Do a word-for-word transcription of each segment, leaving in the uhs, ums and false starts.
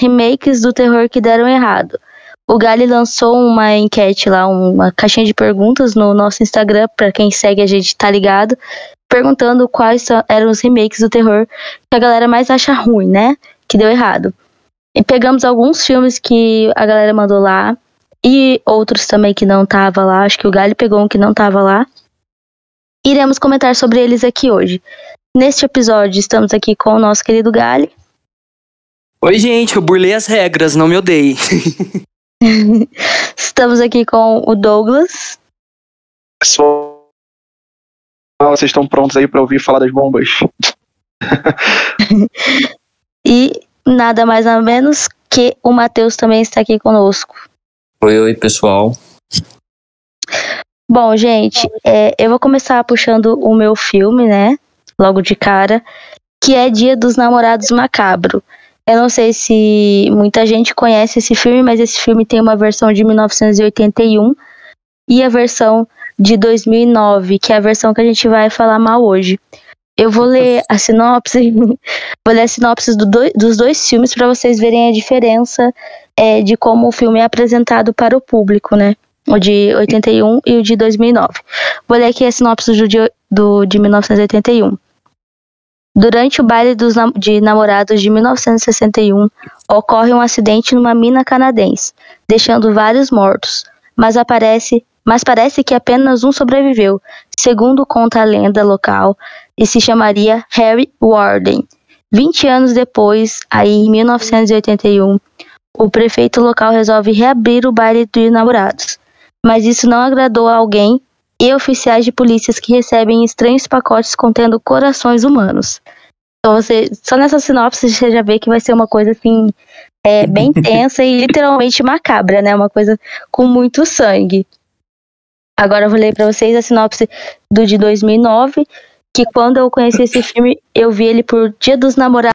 remakes do terror que deram errado. O Gali lançou uma enquete lá, uma caixinha de perguntas no nosso Instagram, pra quem segue a gente tá ligado, perguntando quais eram os remakes do terror que a galera mais acha ruim, né? Que deu errado. E pegamos alguns filmes que a galera mandou lá, e outros também que não tava lá. Acho que o Gali pegou um que não tava lá. Iremos comentar sobre eles aqui hoje. Neste episódio, estamos aqui com o nosso querido Gali. Oi, gente, eu burlei as regras, não me odeie. Estamos aqui com o Douglas. Pessoal, vocês estão prontos aí para ouvir falar das bombas? E nada mais nada menos que o Matheus também está aqui conosco. Oi, oi, pessoal. Bom, gente, é, eu vou começar puxando o meu filme, né? Logo de cara, que é Dia dos Namorados Macabro. Eu não sei se muita gente conhece esse filme, mas esse filme tem uma versão de mil novecentos e oitenta e um e a versão de dois mil e nove, que é a versão que a gente vai falar mal hoje. Eu vou ler a sinopse, vou ler as sinopses do dois, dos dois filmes para vocês verem a diferença é, de como o filme é apresentado para o público, né? O de oitenta e um e o de dois mil e nove. Vou ler aqui a sinopse do, de, do, de mil novecentos e oitenta e um. Durante o baile dos nam- de namorados de mil novecentos e sessenta e um, ocorre um acidente numa mina canadense, deixando vários mortos, mas, aparece, mas parece que apenas um sobreviveu, segundo conta a lenda local, e se chamaria Harry Warden. vinte anos depois, aí em mil novecentos e oitenta e um, o prefeito local resolve reabrir o baile de namorados, mas isso não agradou a alguém e oficiais de polícias que recebem estranhos pacotes contendo corações humanos. Então você, só nessa sinopse você já vê que vai ser uma coisa assim, é, bem tensa e literalmente macabra, né? Uma coisa com muito sangue. Agora eu vou ler pra vocês a sinopse do de dois mil e nove, que quando eu conheci esse filme, eu vi ele por Dia dos Namorados.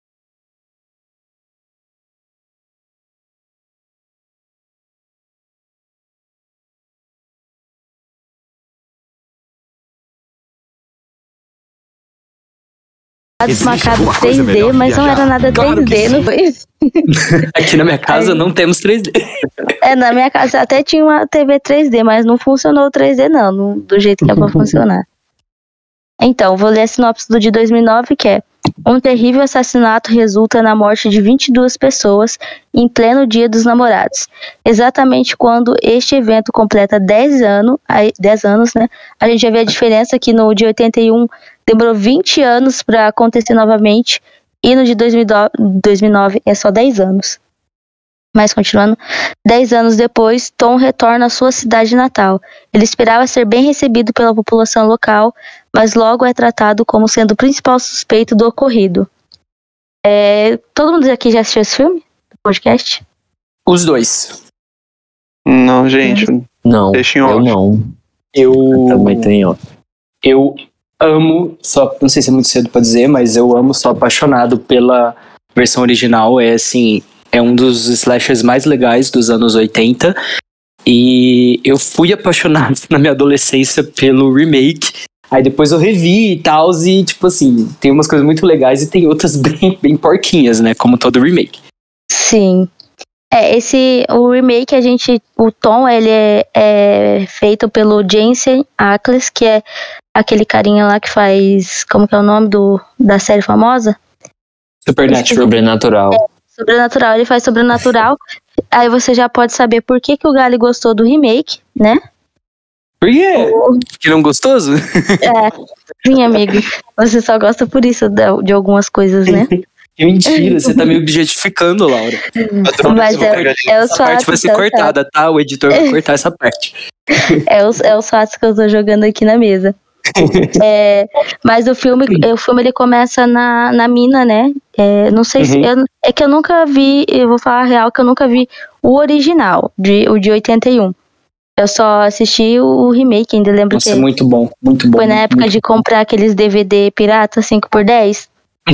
Macabro três D, mas não era nada três D, não foi? Aqui na minha casa Aí. não temos três D. É, na minha casa até tinha uma T V três D, mas não funcionou o três D não, no, do jeito que é pra funcionar. Então, vou ler a sinopse do de dois mil e nove, que é: um terrível assassinato resulta na morte de vinte e duas pessoas em pleno Dia dos Namorados. Exatamente quando este evento completa dez anos, dez anos, né? A gente já vê a diferença que no de oitenta e um demorou vinte anos para acontecer novamente, e no de dois mil e nove é só dez anos. Mas continuando, dez anos depois, Tom retorna à sua cidade natal. Ele esperava ser bem recebido pela população local, mas logo é tratado como sendo o principal suspeito do ocorrido. É, todo mundo aqui já assistiu esse filme? Do podcast? Os dois. Não, gente. Não, Deixa em eu off. não. Eu Também tenho. Eu amo, só não sei se é muito cedo pra dizer, mas eu amo, sou apaixonado pela versão original. É assim, é um dos slashers mais legais dos anos oitenta. E eu fui apaixonado na minha adolescência pelo remake. Aí depois eu revi e tal, e tipo assim, tem umas coisas muito legais e tem outras bem, bem porquinhas, né? Como todo remake. Sim. É, esse, o remake, a gente, o Tom, ele é, é feito pelo Jensen Ackles, que é aquele carinha lá que faz, como que é o nome do, da série famosa? Supernatural. Sobrenatural. É, Sobrenatural, ele faz Sobrenatural. Aí você já pode saber por que, que o Gali gostou do remake, né? Por quê? Porque não é gostoso? É, sim, amigo. Você só gosta por isso de, de algumas coisas, né? Que mentira, você tá me objetificando, Laura. Mas é, é os essa parte fatos, vai ser é cortada, tá? O editor vai cortar essa parte. É os, é os fatos que eu tô jogando aqui na mesa. É, mas o filme, o filme ele começa na, na mina, né? É, não sei uhum. se. Eu, é que eu nunca vi, eu vou falar a real, que eu nunca vi o original, de, o de oitenta e um. Eu só assisti o remake, ainda lembro Nossa, que. Nossa, muito bom, muito bom. Foi na época de bom. comprar aqueles D V D pirata cinco por dez.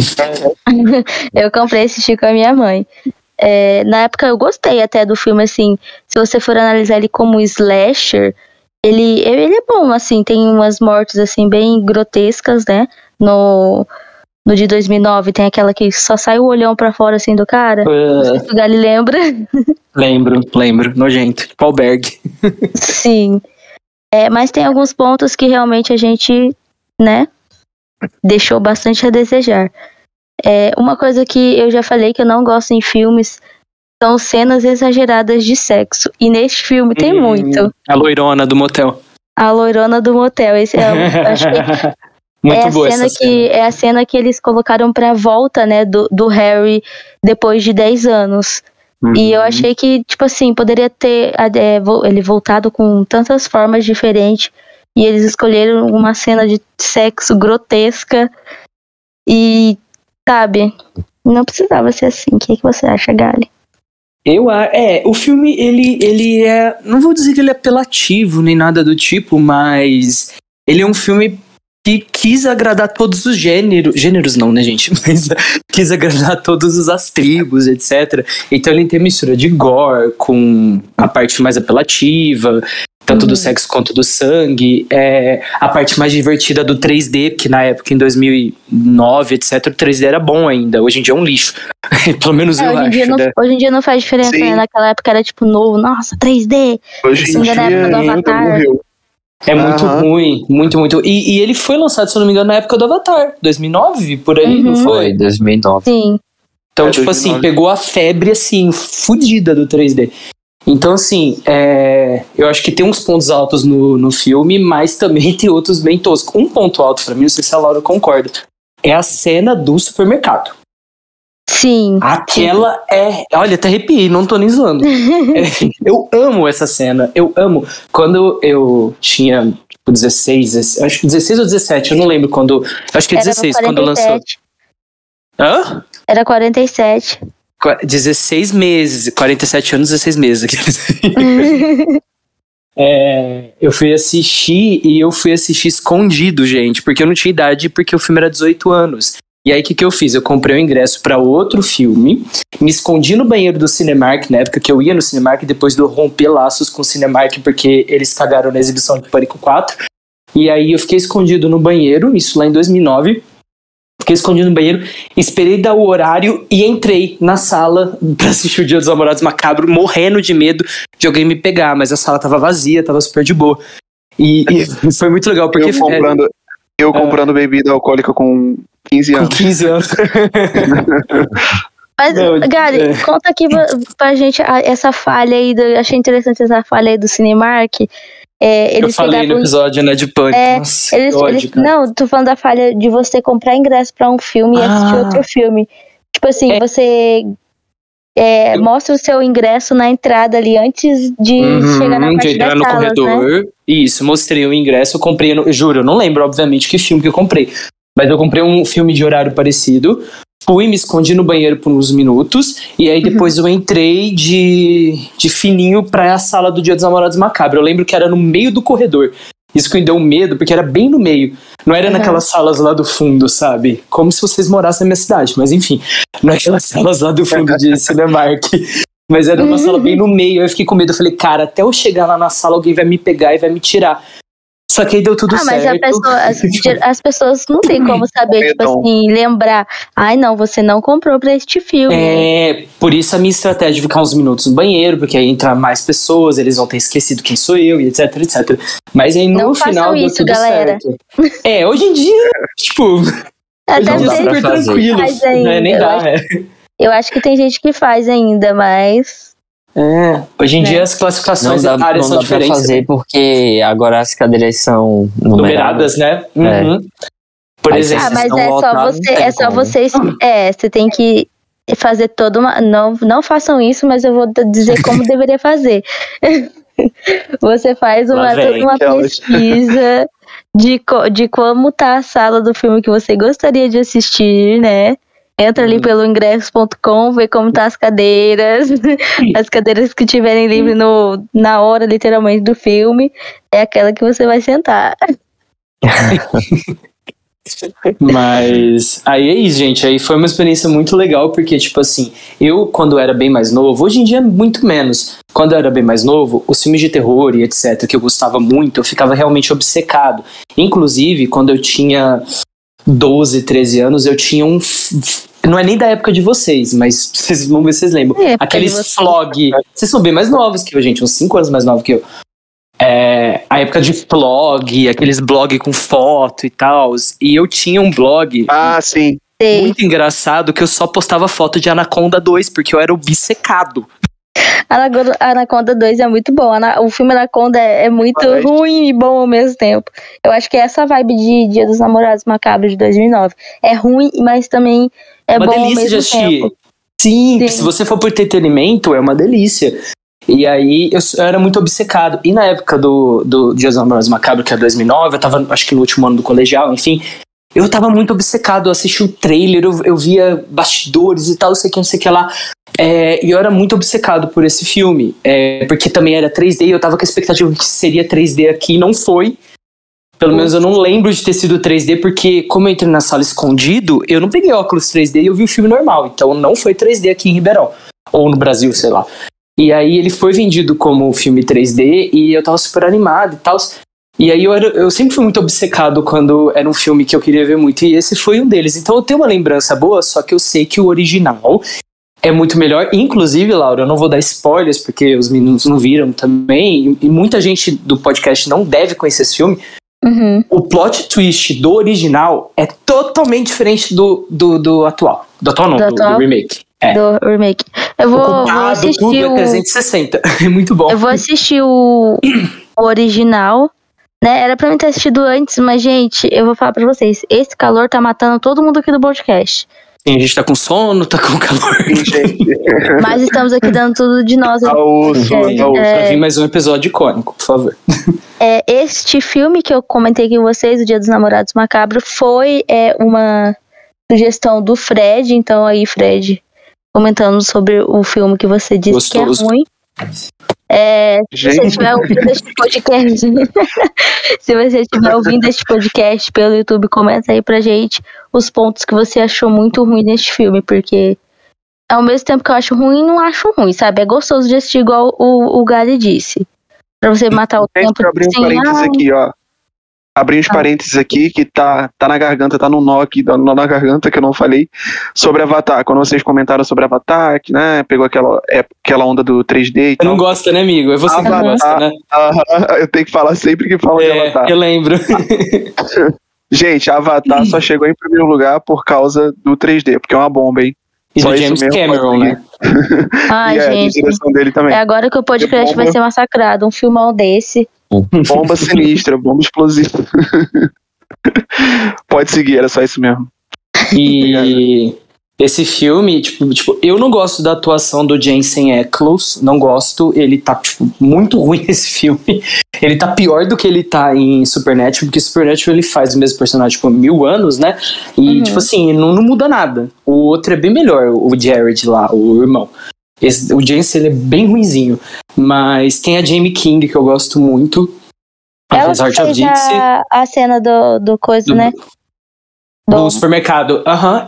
Eu comprei e assisti com a minha mãe. É, na época eu gostei até do filme, assim. Se você for analisar ele como slasher, ele, ele é bom, assim. Tem umas mortes, assim, bem grotescas, né? No, no de dois mil e nove, tem aquela que só sai o olhão pra fora assim do cara. Não sei Uh, se o Gali lembra. lembro, lembro. Nojento. Tipo albergue. Sim. É, mas tem alguns pontos que realmente a gente, né, deixou bastante a desejar. É, uma coisa que eu já falei que eu não gosto em filmes são cenas exageradas de sexo. E neste filme tem Hum, muito. A loirona do motel. A loirona do motel. Esse é, eu acho que Muito é a boa cena essa que cena. é a cena que eles colocaram pra volta, né, do, do Harry depois de dez anos. E eu Uhum. achei que, tipo assim, poderia ter é, vo- ele voltado com tantas formas diferentes. E eles escolheram uma cena de sexo grotesca. E, sabe, não precisava ser assim. O que, que você acha, Gali? Eu a- é, o filme ele ele é, não vou dizer que ele é apelativo nem nada do tipo, mas ele é um filme que quis agradar todos os gêneros, gêneros não, né, gente? Mas quis agradar todas as tribos, etcétera. Então ele tem mistura de gore com a parte mais apelativa, tanto do Uhum. sexo quanto do sangue, é, a parte mais divertida do três D, que na época, em dois mil e nove, etcétera, o três D era bom ainda, hoje em dia é um lixo. Pelo menos É, eu hoje, em acho, dia não, né? hoje em dia não faz diferença, Sim. né? Naquela época era tipo novo, nossa, três D. Hoje em Ainda na dia época do ainda Avatar. morreu. É muito Aham. ruim, muito, muito. E, e ele foi lançado, se eu não me engano, na época do Avatar, dois mil e nove, por aí, não Uhum. foi? Foi, dois mil e nove. Sim. Então, É, tipo dois mil e nove. assim, pegou a febre, assim, fodida do três D. Então, assim, é, eu acho que tem uns pontos altos no, no filme, mas também tem outros bem toscos. Um ponto alto pra mim, não sei se a Laura concorda, é a cena do supermercado. Sim. Aquela é... Olha, até arrepiei, não tô nem zoando. É, eu amo essa cena, eu amo. Quando eu tinha tipo, dezesseis, dezesseis, acho que dezesseis ou dezessete, eu não lembro quando... Acho que Era dezesseis, quando quarenta e lançou. sete. Hã? Era quarenta e sete. Qua- dezesseis meses, quarenta e sete anos, dezesseis meses. É, eu fui assistir e eu fui assistir escondido, gente, porque eu não tinha idade, porque o filme era dezoito anos. E aí, o que, que eu fiz? Eu comprei o ingresso para outro filme, me escondi no banheiro do Cinemark, na época que eu ia no Cinemark, depois de eu romper laços com o Cinemark, porque eles cagaram na exibição de Pânico quatro. E aí, eu fiquei escondido no banheiro, isso lá em dois mil e nove. Fiquei escondido no banheiro, esperei dar o horário e entrei na sala pra assistir o Dia dos Namorados Macabro, morrendo de medo de alguém me pegar, mas a sala tava vazia, tava super de boa. E, e foi muito legal, porque Eu comprando, eu comprando bebida alcoólica com quinze é, com anos. quinze anos. Mas, Não, Gali, é. conta aqui pra, pra gente a- essa falha aí. Do, achei interessante essa falha aí do Cinemark. É, Eu eles falei no pegavam- episódio, né, de Pânico. É, Nossa, Eles, que ódio, eles- cara. não, tô falando da falha de você comprar ingresso pra um filme e assistir Ah. outro filme. Tipo assim, É. você é, Eu- mostra o seu ingresso na entrada ali antes de Uhum, chegar na de parte entrar das no salas, né? corredor. Isso, mostrei o ingresso, eu comprei, no- eu juro, eu não lembro, obviamente, que filme que eu comprei. Mas eu comprei um filme de horário parecido, fui, me escondi no banheiro por uns minutos, e aí depois eu entrei de, de fininho pra sala do Dia dos Namorados Macabro. Eu lembro que era no meio do corredor. Isso que me deu medo, porque era bem no meio. Não era Uhum. naquelas salas lá do fundo, sabe? Como se vocês morassem na minha cidade, mas enfim. Naquelas salas lá do fundo de Cinemark. Mas era uma sala bem no meio, eu fiquei com medo. Eu falei, cara, até eu chegar lá na sala, alguém vai me pegar e vai me tirar. Só que aí deu tudo Ah, mas a certo. pessoa, as, as pessoas não tem como saber, tipo Então. assim, lembrar. Ai, não, você não comprou pra este filme. É, por isso a minha estratégia de ficar uns minutos no banheiro, porque aí entra mais pessoas, eles vão ter esquecido quem sou eu, e etc, etcétera. Mas aí no Não façam final deu isso, tudo galera. certo. É, hoje em dia, tipo, Até hoje em dia é dá sei super que pra fazer. tranquilo, faz né? ainda. Nem Eu dá, acho- é. Eu acho que tem gente que faz ainda, mas. É, hoje em Né? dia as Não classificações dá, etárias não são dá pra diferentes. fazer né? porque agora as cadeiras são Numeradas, numeradas. né? É. Uhum. Por Aí exemplo, Ah, mas estão é só lotados, você, não tem é só como. vocês. É, você tem que fazer toda uma. Não, não façam isso, mas eu vou d- dizer como deveria fazer. Você faz uma, Lá vem, toda uma aquelas. pesquisa de, co- de como tá a sala do filme que você gostaria de assistir, né? Entra ali Hum. pelo ingresso ponto com, vê como tá as cadeiras, as cadeiras que tiverem livre no, na hora, literalmente, do filme, é aquela que você vai sentar. Mas aí é isso, gente. Aí foi uma experiência muito legal, porque, tipo assim, eu, quando era bem mais novo, hoje em dia é muito menos. Quando eu era bem mais novo, os filmes de terror e etc, que eu gostava muito, eu ficava realmente obcecado. Inclusive, quando eu tinha doze, treze anos, eu tinha um... Não é nem da época de vocês, mas vocês vão ver se vocês lembram. É, Aqueles vlog... Vocês são bem mais novos que eu, gente. Uns cinco anos mais novos que eu. É, a época de vlog, aqueles blog com foto e tal. E eu tinha um blog... Ah, sim. Sei. Muito engraçado que eu só postava foto de Anaconda dois, porque eu era obcecado. Anaconda, Anaconda dois é muito bom. Ana- o filme Anaconda é, é muito Mas- ruim e bom ao mesmo tempo. Eu acho que é essa vibe de Dia dos Namorados Macabros de dois mil e nove. É ruim, mas também é uma bom ao delícia de mesmo assistir. tempo. Sim, Sim. se você for por entretenimento, é uma delícia. E aí, eu, eu era muito obcecado. E na época do, do Dia dos Namorados Macabros, que é dois mil e nove, eu tava, acho que no último ano do colegial, enfim... Eu tava muito obcecado, eu assisti o trailer, eu, eu via bastidores e tal, não sei o que, não sei o que lá. É, e eu era muito obcecado por esse filme, é, porque também era três D e eu tava com a expectativa que seria três D aqui, não foi. Pelo menos eu não lembro de ter sido três D, porque como eu entrei na sala escondido, eu não peguei óculos três D e eu vi o filme normal. Então não foi três D aqui em Ribeirão, ou no Brasil, sei lá. E aí ele foi vendido como filme três D e eu tava super animado e tal. E aí eu, era, eu sempre fui muito obcecado quando era um filme que eu queria ver muito, e esse foi um deles. Então eu tenho uma lembrança boa, só que eu sei que o original é muito melhor. Inclusive, Laura, eu não vou dar spoilers, porque os meninos não viram também, e muita gente do podcast não deve conhecer esse filme. Uhum. O plot twist do original é totalmente diferente do, do, do atual. Do atual não, Do do, do atual? remake. É. Do remake. Eu vou, O vou culpado, assistir tudo é o... trezentos e sessenta. É muito bom. Eu vou assistir o, o original, né? Era pra mim ter assistido antes, mas, gente, eu vou falar pra vocês. Esse calor tá matando todo mundo aqui do podcast. Sim, a gente tá com sono, tá com calor. Mas estamos aqui dando tudo de nós. Aô, É, aô. é, Pra vir mais um episódio icônico, por favor. É, este filme que eu comentei aqui com vocês, O Dia dos Namorados Macabros, foi é, uma sugestão do Fred. Então aí, Fred, comentando sobre o filme que você disse Gostoso. que é ruim. É, se você Gente. estiver ouvindo este podcast, se você estiver ouvindo este podcast pelo YouTube, comenta aí pra gente os pontos que você achou muito ruim neste filme, porque ao mesmo tempo que eu acho ruim, não acho ruim, sabe? É gostoso de assistir igual o, o Gary disse. Pra você matar o Gente, tempo. pra abrir um assim, parênteses ah, aqui, ó. Abrir uns Ah. parênteses aqui, que tá, tá na garganta, tá no nó aqui, dá nó na garganta, que eu não falei, sobre Avatar. Quando vocês comentaram sobre Avatar, que, né, pegou aquela, é, aquela onda do três D e Você tal. não gosta, né, amigo? É você que não Avatar. gosta, né? Aham, eu tenho que falar sempre que falo de É, Avatar. eu lembro. Gente, Avatar só chegou em primeiro lugar por causa do três D, porque é uma bomba, hein? E Só do isso James mesmo Cameron, pode né? Ai, e é, gente. de direção dele também. É agora que o podcast vai ser massacrado. Um filmão desse. Bomba sinistra, bomba explosiva. Pode seguir, era só isso mesmo. E esse filme, tipo, tipo, eu não gosto da atuação do Jensen Ackles, não gosto, ele tá, tipo, muito ruim nesse filme. Ele tá pior do que ele tá em Supernatural, porque Supernatural ele faz o mesmo personagem por mil anos, né? E, Uhum. tipo assim, não, não muda nada. O outro é bem melhor, o Jared lá, o irmão. Esse, o Jensen, ele é bem ruinzinho. Mas tem a Jamie King, que eu gosto muito. Ela fez Heart of fez Dixie. a, a cena do, do coisa, Do- né? No Do- supermercado. Aham.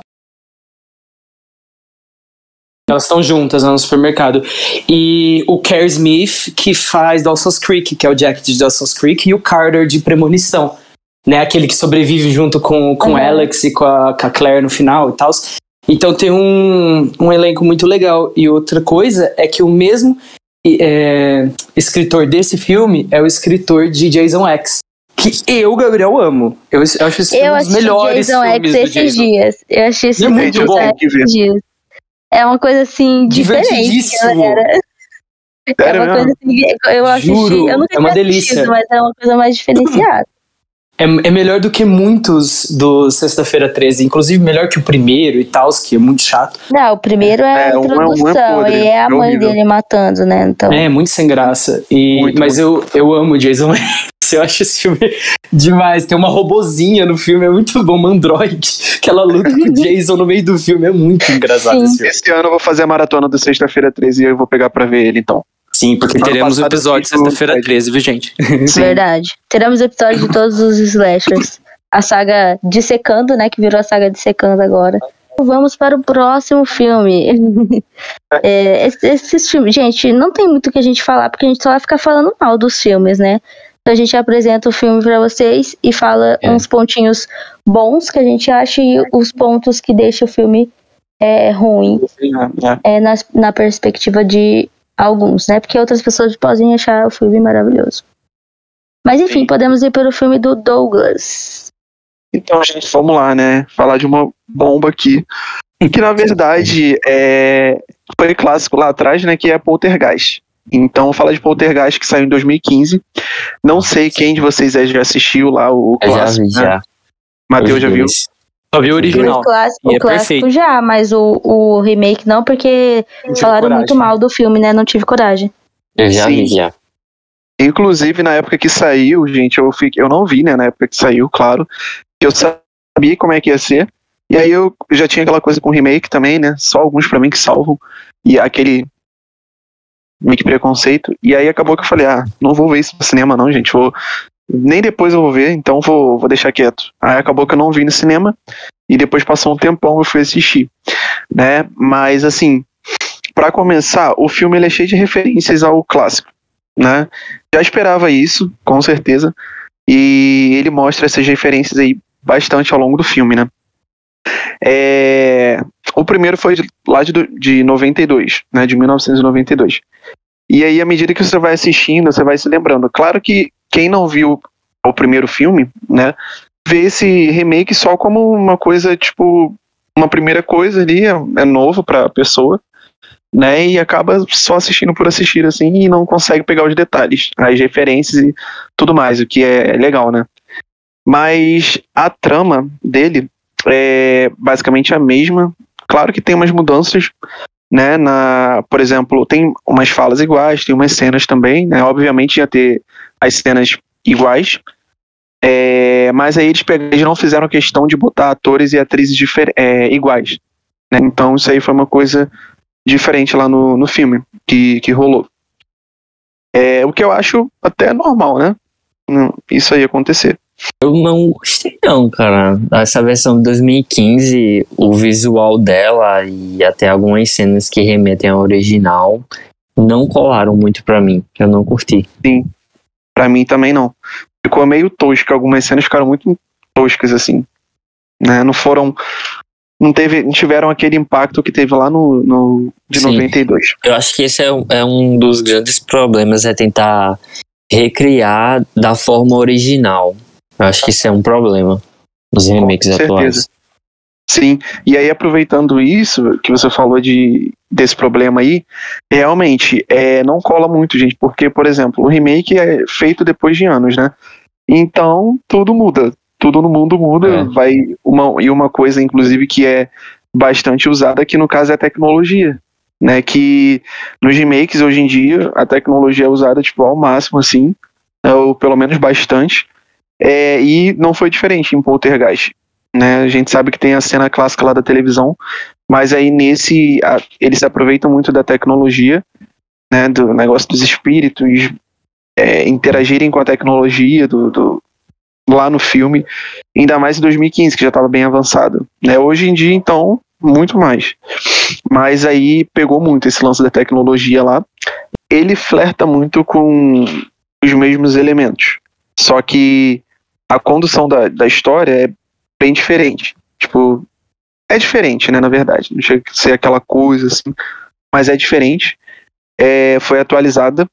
Elas estão juntas, né, no supermercado. E o Kerr Smith, que faz Dawson's Creek, que é o Jack de Dawson's Creek, e o Carter de Premonição. Né, aquele que sobrevive junto com, com Uhum. Alex e com a, com a Claire no final e tal. Então tem um, um elenco muito legal. E outra coisa é que o mesmo é, escritor desse filme é o escritor de Jason X. Que eu, Gabriel, amo. Eu, eu acho esse filme Eu um dos assisti melhores Jason filmes X do esses Jason. dias. Eu achei esse É filme muito Gente, eu bom. tenho que ver. esses dias. É uma coisa assim, diferente. Divertidíssimo. galera. É Sério uma mesmo? coisa assim, eu assisti, Juro, eu nunca é uma tinha delícia. assistido, mas é uma coisa mais diferenciada. É, é melhor do que muitos do Sexta-feira treze, inclusive melhor que o primeiro e tal, que é muito chato. Não, o primeiro é a É, um é- um é introdução podre, e é a é mãe horrível. dele matando, né? Então, É, muito sem graça. E, Muito, mas Eu, eu amo o Jason X. Eu acho esse filme demais. Tem uma robozinha no filme, é muito bom, uma androide, que ela luta com o Jason no meio do filme. É muito engraçado Sim. esse filme. Esse ano eu vou fazer a maratona do Sexta-feira treze e eu vou pegar pra ver ele, então. Sim, porque Ano teremos o passado episódio de eu fiz o- Sexta-feira treze, viu, gente? Sim. verdade. Teremos episódio de todos os slashers. A saga Dissecando, né? Que virou a saga Dissecando agora. Vamos para o próximo filme. É, esse- esses filmes, gente, não tem muito o que a gente falar, porque a gente só vai ficar falando mal dos filmes, né? Então a gente apresenta o filme pra vocês e fala É. uns pontinhos bons que a gente acha e os pontos que deixam o filme é, ruim É, é, na, na perspectiva de alguns, né? Porque outras pessoas podem achar o filme maravilhoso. Mas enfim, Sim. podemos ir pelo filme do Douglas. Então, gente, vamos lá, né? Falar de uma bomba aqui. Que na verdade é... foi clássico lá atrás, né? Que é Poltergeist. Então, fala de Poltergeist que saiu em dois mil e quinze. Não sei quem de vocês já assistiu lá o Eu já clássico. vi, né? já. Matheus Os já viu? dois. Só vi o original. O clássico, E é o clássico perfeito. já, mas o, o remake não, porque Não tive falaram coragem. muito mal do filme, né? Não tive coragem. Eu já Sim. vi, já. Inclusive, na época que saiu, gente, eu, fiquei, eu não vi, né? Na época que saiu, claro. Eu sabia como é que ia ser. E aí eu já tinha aquela coisa com remake também, né? Só alguns pra mim que salvam. E aquele meio que preconceito. E aí acabou que eu falei, ah, não vou ver isso no cinema não, gente. Vou... Nem depois eu vou ver, então vou, vou deixar quieto. Aí acabou que eu não vi no cinema. E depois passou um tempão eu fui assistir. Né? Mas assim, pra começar, o filme ele é cheio de referências ao clássico. Né? Já esperava isso, com certeza. E ele mostra essas referências aí bastante ao longo do filme, né? É... O primeiro foi de, lá de, de noventa e dois, né? De mil novecentos e noventa e dois. E aí, à medida que você vai assistindo, você vai se lembrando. Claro que quem não viu o primeiro filme, né? Vê esse remake só como uma coisa, tipo, uma primeira coisa ali, é, é novo pra pessoa, né? E acaba só assistindo por assistir, assim, e não consegue pegar os detalhes, as referências e tudo mais, o que é legal, né? Mas a trama dele é basicamente a mesma. Claro que tem umas mudanças, né? Na, por exemplo, tem umas falas iguais, tem umas cenas também, né? Obviamente ia ter as cenas iguais, é, mas aí eles, pegaram, eles não fizeram questão de botar atores e atrizes difer- é, iguais, né? Então isso aí foi uma coisa diferente lá no, no filme que, que rolou. É, o que eu acho até normal, né? Isso aí acontecer. Eu não gostei não, cara. Essa versão de dois mil e quinze, o visual dela e até algumas cenas que remetem ao original não colaram muito pra mim. Eu não curti. Sim, pra mim também não. Ficou meio tosco, algumas cenas ficaram muito toscas, assim. Né? Não foram... Não, teve, não tiveram aquele impacto que teve lá no, no de Sim. noventa e dois. Eu acho que esse é um, é um dos grandes problemas, é tentar recriar da forma original. Eu acho que isso é um problema nos remakes Com certeza. atuais. Sim, e aí aproveitando isso que você falou de, desse problema aí, realmente é, não cola muito, gente, porque, por exemplo, o remake é feito depois de anos, né? Então tudo muda, tudo no mundo muda, É. vai uma, e uma coisa, inclusive, que é bastante usada, que no caso é a tecnologia, né? Que nos remakes, hoje em dia, a tecnologia é usada tipo, ao máximo, assim, ou pelo menos bastante, é, e não foi diferente em Poltergeist. Né, a gente sabe que tem a cena clássica lá da televisão, mas aí nesse a, eles se aproveitam muito da tecnologia, né, do negócio dos espíritos é, interagirem com a tecnologia do, do, lá no filme, ainda mais em dois mil e quinze, que já estava bem avançado, né, hoje em dia então, muito mais, mas aí pegou muito esse lance da tecnologia lá. Ele flerta muito com os mesmos elementos, só que a condução da, da história é bem diferente. Tipo, é diferente, né, na verdade. Não chega a ser aquela coisa assim, mas é diferente. É, foi atualizada.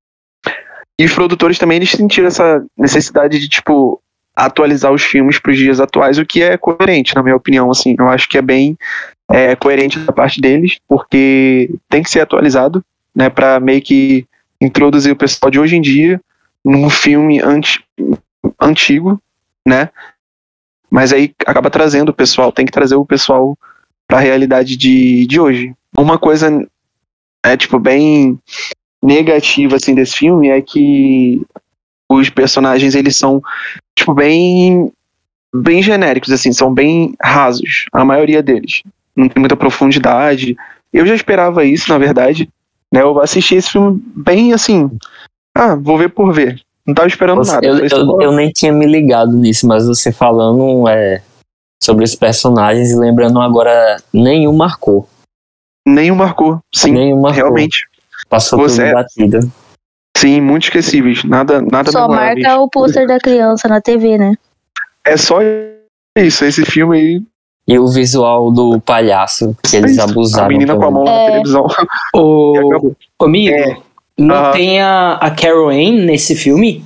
E os produtores também eles sentiram essa necessidade de, tipo, atualizar os filmes para os dias atuais, o que é coerente, na minha opinião, assim. Eu acho que é bem é, coerente da parte deles, porque tem que ser atualizado, né, para meio que introduzir o pessoal de hoje em dia num filme anti, antigo, né? Mas aí acaba trazendo o pessoal, tem que trazer o pessoal para a realidade de, de hoje. Uma coisa é tipo bem negativa assim desse filme é que os personagens eles são tipo bem bem genéricos assim, são bem rasos, a maioria deles. Não tem muita profundidade. Eu já esperava isso, na verdade, né? Eu assisti esse filme bem assim, ah, vou ver por ver. Não tava esperando Você- nada. eu, Foi eu, só- eu nem tinha me ligado nisso, mas você falando é, sobre os personagens e lembrando agora, nenhum marcou. Nenhum marcou, sim, nenhum marcou. realmente. Passou Você tudo é- batido. Sim, muito esquecíveis. Nada, nada Só memoráveis. marca o pôster da criança na T V, né? É só isso, esse filme aí. E o visual do palhaço, que eles Isso. abusaram. A menina com a mão É. na televisão. E Ô, acabou. ô, amigo, É. não Aham. tem a, a Carol Anne nesse filme?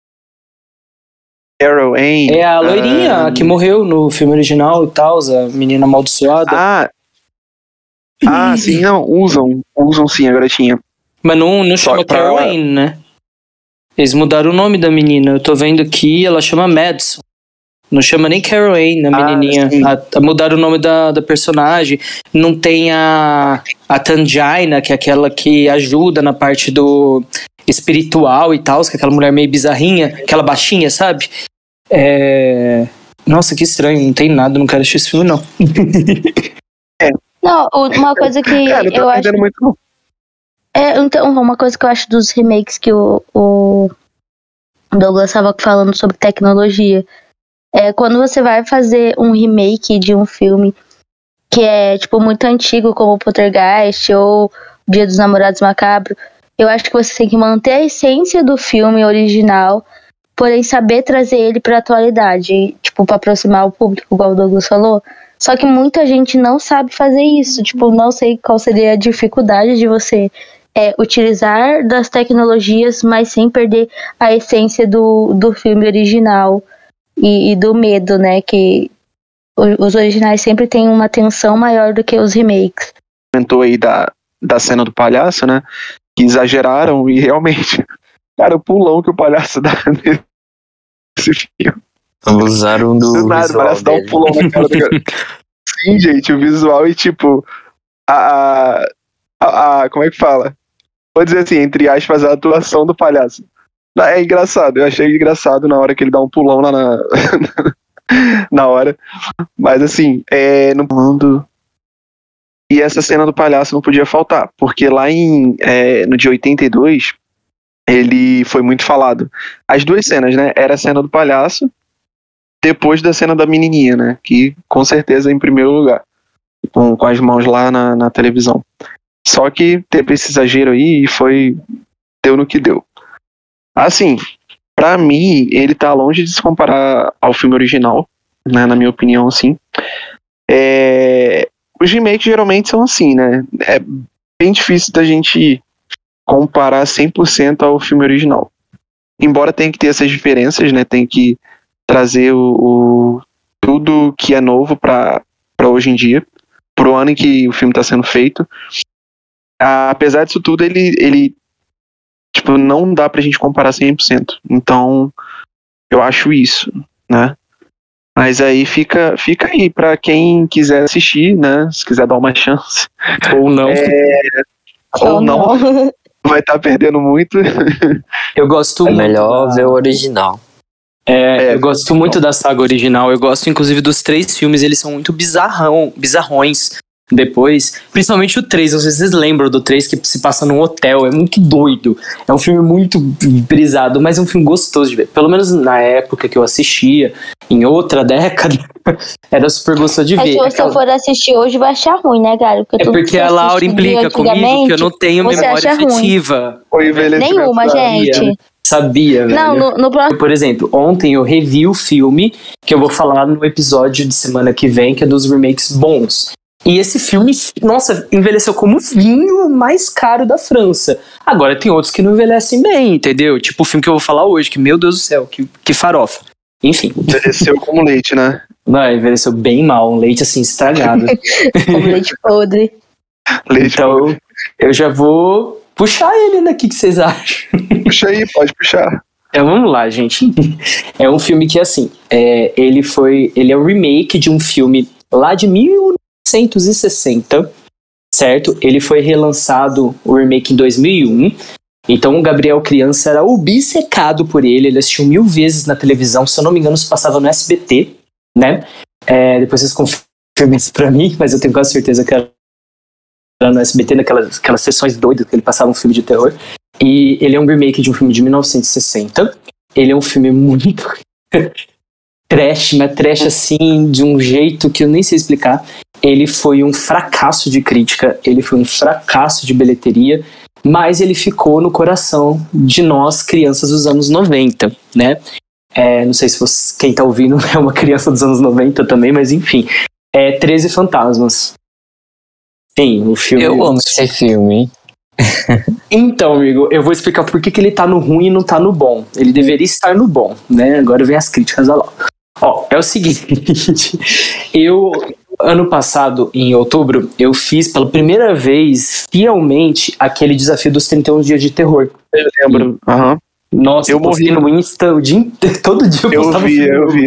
Carol Anne. É a loirinha ah, que morreu no filme original e tal, a menina amaldiçoada. Ah, ah, sim, não, usam, usam sim a garotinha. Mas não, não Só chama pra- Carol Anne, né? Eles mudaram o nome da menina. Eu tô vendo aqui, ela chama Madison. Não chama nem Carol Anne, a Ah, menininha. sim. A, a, mudaram o nome da, da personagem. Não tem a, a Tangina, que é aquela que ajuda na parte do espiritual e tal, que é aquela mulher meio bizarrinha, aquela baixinha, sabe? É... Nossa, que estranho, não tem nada, não quero assistir esse filme, não. Não, o- uma coisa que É, não tá eu acho. perdendo muito, não. É, então, uma coisa que eu acho dos remakes que o, o Douglas estava falando sobre tecnologia. É quando você vai fazer um remake de um filme que é, tipo, muito antigo, como Poltergeist ou Dia dos Namorados Macabro, eu acho que você tem que manter a essência do filme original, porém saber trazer ele pra atualidade, tipo, pra aproximar o público, igual o Douglas falou. Só que muita gente não sabe fazer isso, tipo, não sei qual seria a dificuldade de você é, utilizar das tecnologias, mas sem perder a essência do, do filme original e, e do medo, né, que o- os originais sempre têm uma tensão maior do que os remakes. Comentou aí da, da cena do palhaço, né? Que exageraram e realmente, cara, o pulão que o palhaço dá nesse filme. Abusaram do Do nada, o visual palhaço dá um dele. pulão na cara do cara. Sim, gente, o visual e tipo, a, a, a, a- como é que fala? Vou dizer assim, entre aspas, a atuação do palhaço. Não, é engraçado, eu achei engraçado na hora que ele dá um pulão lá na, na hora. Mas assim, é, no mundo. E essa cena do palhaço não podia faltar, porque lá em, é, no dia oitenta e dois, ele foi muito falado. As duas cenas, né? Era a cena do palhaço, depois da cena da menininha, né? Que com certeza é em primeiro lugar, com, com as mãos lá na, na televisão. Só que teve esse exagero aí e foi. Deu no que deu. Assim, pra mim, ele tá longe de se comparar ao filme original, né? Na minha opinião, assim. É, os remakes geralmente são assim, né? É bem difícil da gente comparar cem por cento ao filme original. Embora tenha que ter essas diferenças, né? Tem que trazer o, o- tudo que é novo pra, pra hoje em dia, pro ano em que o filme está sendo feito. Ah, apesar disso tudo, ele, ele tipo, não dá pra gente comparar cem por cento. Então, eu acho isso, né? Mas aí fica, fica aí pra quem quiser assistir, né? Se quiser dar uma chance. Ou não. Ou não, vai estar perdendo muito. Eu gosto É muito. melhor da- ver o original. É, É, eu gosto muito da saga original. Eu gosto, inclusive, dos três filmes. Eles são muito bizarrão, bizarrões. Depois, principalmente o três. Não sei se vocês lembram do três, que se passa num hotel. É muito doido. É um filme muito brisado, mas é um filme gostoso de ver. Pelo menos na época que eu assistia, em outra década, era super gostoso de Mas ver. se você Aquela- for assistir hoje, vai achar ruim, né, cara? É tudo que porque você a Laura assistiu implica comigo que eu não tenho você memória acha ruim. afetiva. O envelhecimento Nenhuma, da- gente. Sabia, velho. Não, no, no próximo. Por exemplo, ontem eu revi o filme que eu vou falar no episódio de semana que vem, que é dos remakes bons. E esse filme, nossa, envelheceu como o vinho mais caro da França. Agora tem outros que não envelhecem bem, entendeu? Tipo o filme que eu vou falar hoje, que, meu Deus do céu, que, que farofa. Enfim, Envelheceu como leite, né? não, envelheceu bem mal, um leite assim estragado. Como leite podre. Leite. Então, eu já vou puxar ele daqui, o que vocês acham? Puxa aí, pode puxar. Então vamos lá, gente. É um filme que, assim, é, ele foi. Ele é um remake de um filme lá de mil novecentos e sessenta, certo? Ele foi relançado, o remake, em dois mil e um. Então o Gabriel criança era obcecado por ele. Ele assistiu mil vezes na televisão. Se eu não me engano, se passava no S B T, né? É, depois vocês confirmem isso pra mim, mas eu tenho quase certeza que era no S B T, naquelas aquelas sessões doidas que ele passava um filme de terror. E ele é um remake de um filme de mil novecentos e sessenta. Ele é um filme muito trash, mas trash assim, de um jeito que eu nem sei explicar. Ele foi um fracasso de crítica, ele foi um fracasso de bilheteria. mas ele ficou no coração de nós, crianças dos anos noventa, né? É, não sei se você, quem tá ouvindo é uma criança dos anos noventa também, mas enfim. É treze Fantasmas. Sim, o filme... Eu amo esse filme. Então, amigo, eu vou explicar por que, que ele tá no ruim e não tá no bom. Ele deveria estar no bom, né? Agora vem as críticas lá. Ó, é o seguinte. Eu, ano passado, em outubro, eu fiz pela primeira vez, fielmente, aquele desafio dos trinta e um dias de terror. Eu lembro. Aham. Nossa, eu, eu morri no Insta o dia inteiro, todo dia eu Eu postava vi, filme. eu vi.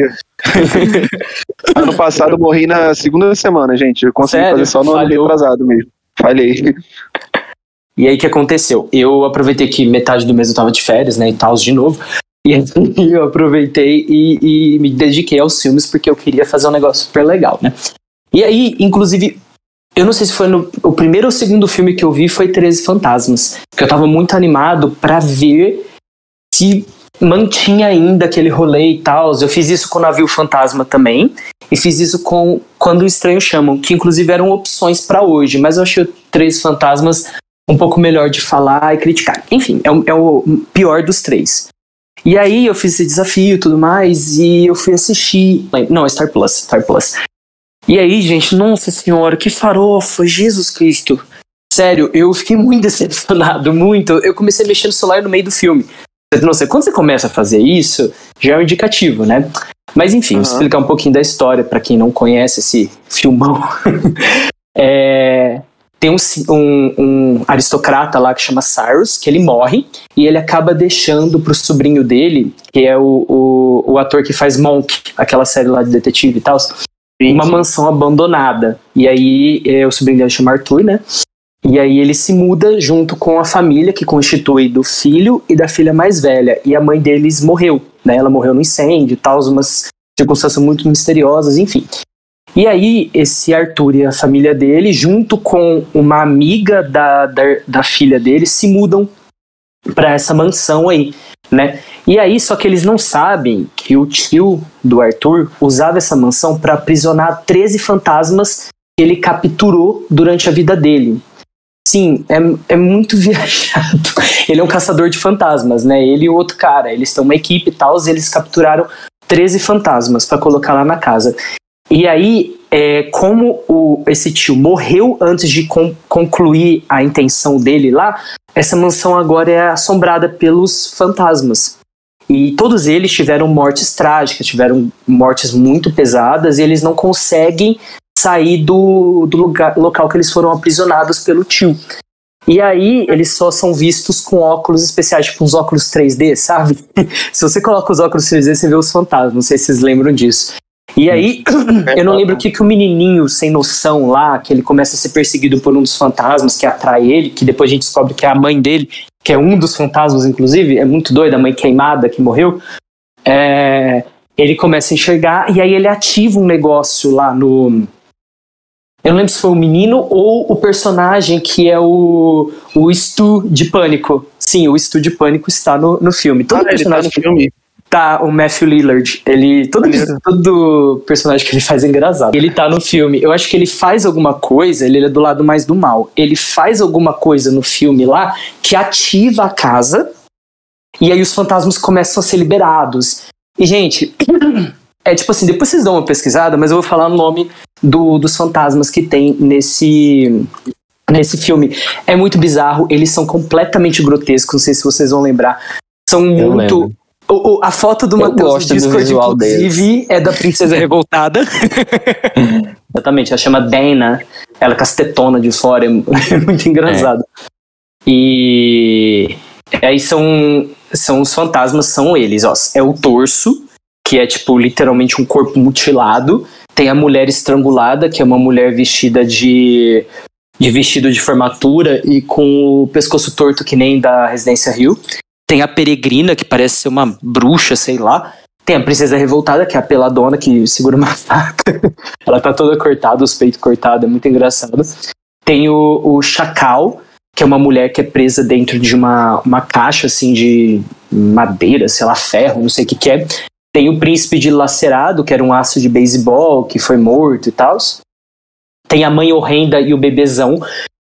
Ano passado eu morri na segunda semana, gente. Eu consegui Sério? fazer só no ano Falhou. retrasado mesmo. Falhei. E aí, o que aconteceu? Eu aproveitei que metade do mês eu tava de férias, né, e tal, de novo. E aí eu aproveitei e, e me dediquei aos filmes porque eu queria fazer um negócio super legal, né? E aí, inclusive, eu não sei se foi no o primeiro ou segundo filme que eu vi foi treze Fantasmas. Porque eu tava muito animado pra ver se mantinha ainda aquele rolê e tal. Eu fiz isso com o Navio Fantasma também. E fiz isso com Quando o Estranho Chamam, que inclusive eram opções pra hoje. Mas eu achei o treze Fantasmas um pouco melhor de falar e criticar. Enfim, é o, é o pior dos três. E aí eu fiz esse desafio e tudo mais, e eu fui assistir... Não, Star Plus, Star Plus. E aí, gente, nossa senhora, que farofa, Jesus Cristo. Sério, eu fiquei muito decepcionado, muito. Eu comecei a mexer no celular no meio do filme. Não sei, quando você começa a fazer isso, já é um indicativo, né? Mas enfim, uhum. Vou explicar um pouquinho da história pra quem não conhece esse filmão. é... Tem um, um, um aristocrata lá que chama Cyrus, que ele morre, e ele acaba deixando pro sobrinho dele, que é o, o, o ator que faz Monk, aquela série lá de detetive e tal, uma mansão abandonada. E aí, é, o sobrinho dele chama Arthur, né? E aí ele se muda junto com a família, que constitui do filho e da filha mais velha. E a mãe deles morreu, né? Ela morreu no incêndio e tal, umas circunstâncias muito misteriosas, enfim. E aí, esse Arthur e a família dele, junto com uma amiga da, da, da filha dele, se mudam para essa mansão aí, né? E aí, só que eles não sabem que o tio do Arthur usava essa mansão para aprisionar treze fantasmas que ele capturou durante a vida dele. Sim, é, é muito viajado. Ele é um caçador de fantasmas, né? Ele e o outro cara, eles têm uma equipe e tal, e eles capturaram treze fantasmas para colocar lá na casa. E aí, é, como o, esse tio morreu antes de con- concluir a intenção dele lá, essa mansão agora é assombrada pelos fantasmas. E todos eles tiveram mortes trágicas, tiveram mortes muito pesadas, e eles não conseguem sair do, do lugar, local que eles foram aprisionados pelo tio. E aí, eles só são vistos com óculos especiais, tipo uns óculos três D, sabe? Se você coloca os óculos três D, você vê os fantasmas, não sei se vocês lembram disso. E aí, eu não lembro o que, que o menininho sem noção lá, que ele começa a ser perseguido por um dos fantasmas que atrai ele, que depois a gente descobre que é a mãe dele, que é um dos fantasmas, inclusive, é muito doido, a mãe queimada que morreu. É, ele começa a enxergar e aí ele ativa um negócio lá no... Eu não lembro se foi o menino ou o personagem que é o, o Stu de Pânico. Sim, o Stu de Pânico está no, no filme. Todo ah, personagem ele tá no filme. Tá, o Matthew Lillard, ele, todo, todo personagem que ele faz é engraçado. Ele tá no filme, eu acho que ele faz alguma coisa, ele é do lado mais do mal, ele faz alguma coisa no filme lá que ativa a casa e aí os fantasmas começam a ser liberados. E, gente, é tipo assim, depois vocês dão uma pesquisada, mas eu vou falar o nome do, dos fantasmas que tem nesse... Nesse filme. É muito bizarro, eles são completamente grotescos, não sei se vocês vão lembrar. São Eu muito... lembro. O, o, a foto do Matheus no Discord, inclusive, deles. É da Princesa Revoltada. Exatamente, ela chama Dana. Ela com as tetonas de fora, é muito engraçado. É. E aí são, são os fantasmas, são eles, ó. É o torso, que é tipo literalmente um corpo mutilado. Tem a mulher estrangulada, que é uma mulher vestida de, de vestido de formatura e com o pescoço torto que nem da Residência Hill. Tem a peregrina, que parece ser uma bruxa, sei lá. Tem a princesa revoltada, que é a peladona, que segura uma faca. Ela tá toda cortada, os peitos cortados, é muito engraçado. Tem o, o chacal, que é uma mulher que é presa dentro de uma, uma caixa, assim, de madeira, sei lá, ferro, não sei o que que é. Tem o príncipe dilacerado, que era um aço de beisebol, que foi morto e tal. Tem a mãe horrenda e o bebezão,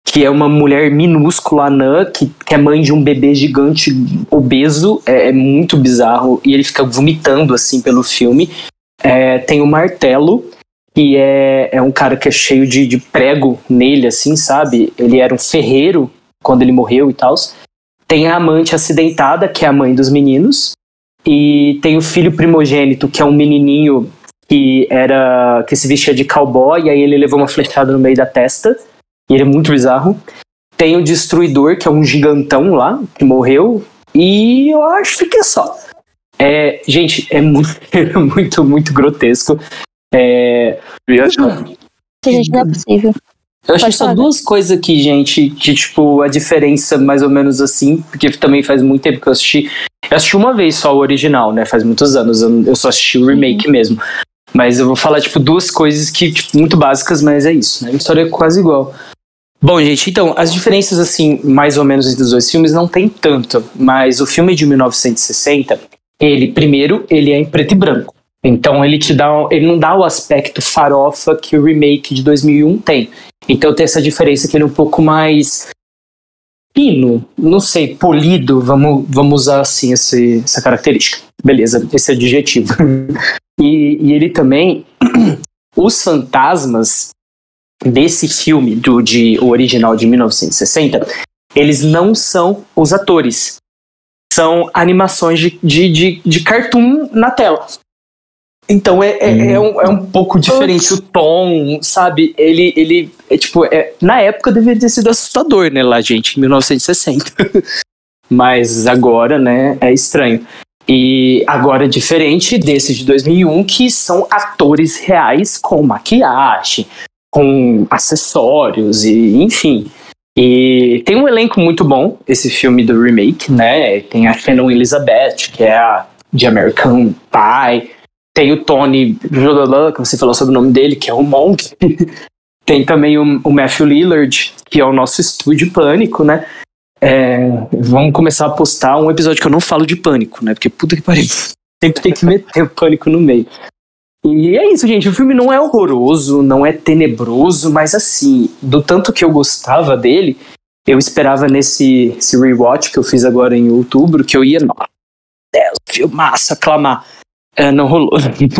que é uma mulher minúscula, anã, que, que é mãe de um bebê gigante obeso, é, é muito bizarro, e ele fica vomitando, assim, pelo filme. É, tem o Martelo, que é, é um cara que é cheio de, de prego nele, assim, sabe? Ele era um ferreiro quando ele morreu e tal. Tem a amante acidentada, que é a mãe dos meninos, e tem o filho primogênito, que é um menininho que, era, que se vestia de cowboy, e aí ele levou uma flechada no meio da testa, e ele é muito bizarro. Tem o Destruidor, que é um gigantão lá, que morreu, e eu acho que é só. É, gente, é muito, muito, muito grotesco. É... Gente, não é possível. Eu achei só duas coisas aqui, gente, que, tipo, a diferença mais ou menos assim, porque também faz muito tempo que eu assisti. Eu assisti uma vez só o original, né? Faz muitos anos, eu só assisti o remake uhum. mesmo. Mas eu vou falar, tipo, duas coisas que, tipo, muito básicas, mas é isso, né? A história é quase igual. Bom, gente, então, as diferenças, assim, mais ou menos entre os dois filmes não tem tanto, mas o filme de mil novecentos e sessenta, ele, primeiro, ele é em preto e branco. Então ele te dá, ele não dá o aspecto farofa que o remake de dois mil e um tem. Então tem essa diferença que ele é um pouco mais fino, não sei, polido, vamos, vamos usar assim esse, essa característica. Beleza, esse adjetivo. E, e ele também, os fantasmas desse filme, do, de, o original de mil novecentos e sessenta, eles não são os atores. São animações de, de, de, de cartoon na tela. Então é, é, hum. é, um, é um pouco diferente o tom, sabe? Ele, ele é tipo, é, na época deveria ter sido assustador, né, lá, gente, em mil novecentos e sessenta. Mas agora, né, é estranho. E agora é diferente desses de dois mil e um, que são atores reais com maquiagem, com acessórios, e enfim. E tem um elenco muito bom, esse filme do remake, né? Tem a Shannon Elizabeth, que é a de American Pie. Tem o Tony, que você falou sobre o nome dele, que é o Monk. Tem também o, o Matthew Lillard, que é o nosso estúdio Pânico, né? É, vamos começar a postar um episódio que eu não falo de Pânico, né? Porque puta que pariu, sempre tem que meter o Pânico no meio. E é isso, gente. O filme não é horroroso, não é tenebroso, mas assim, do tanto que eu gostava dele, eu esperava nesse esse rewatch que eu fiz agora em outubro, que eu ia, nossa, Deus, filmaço, aclamar. É, não rolou.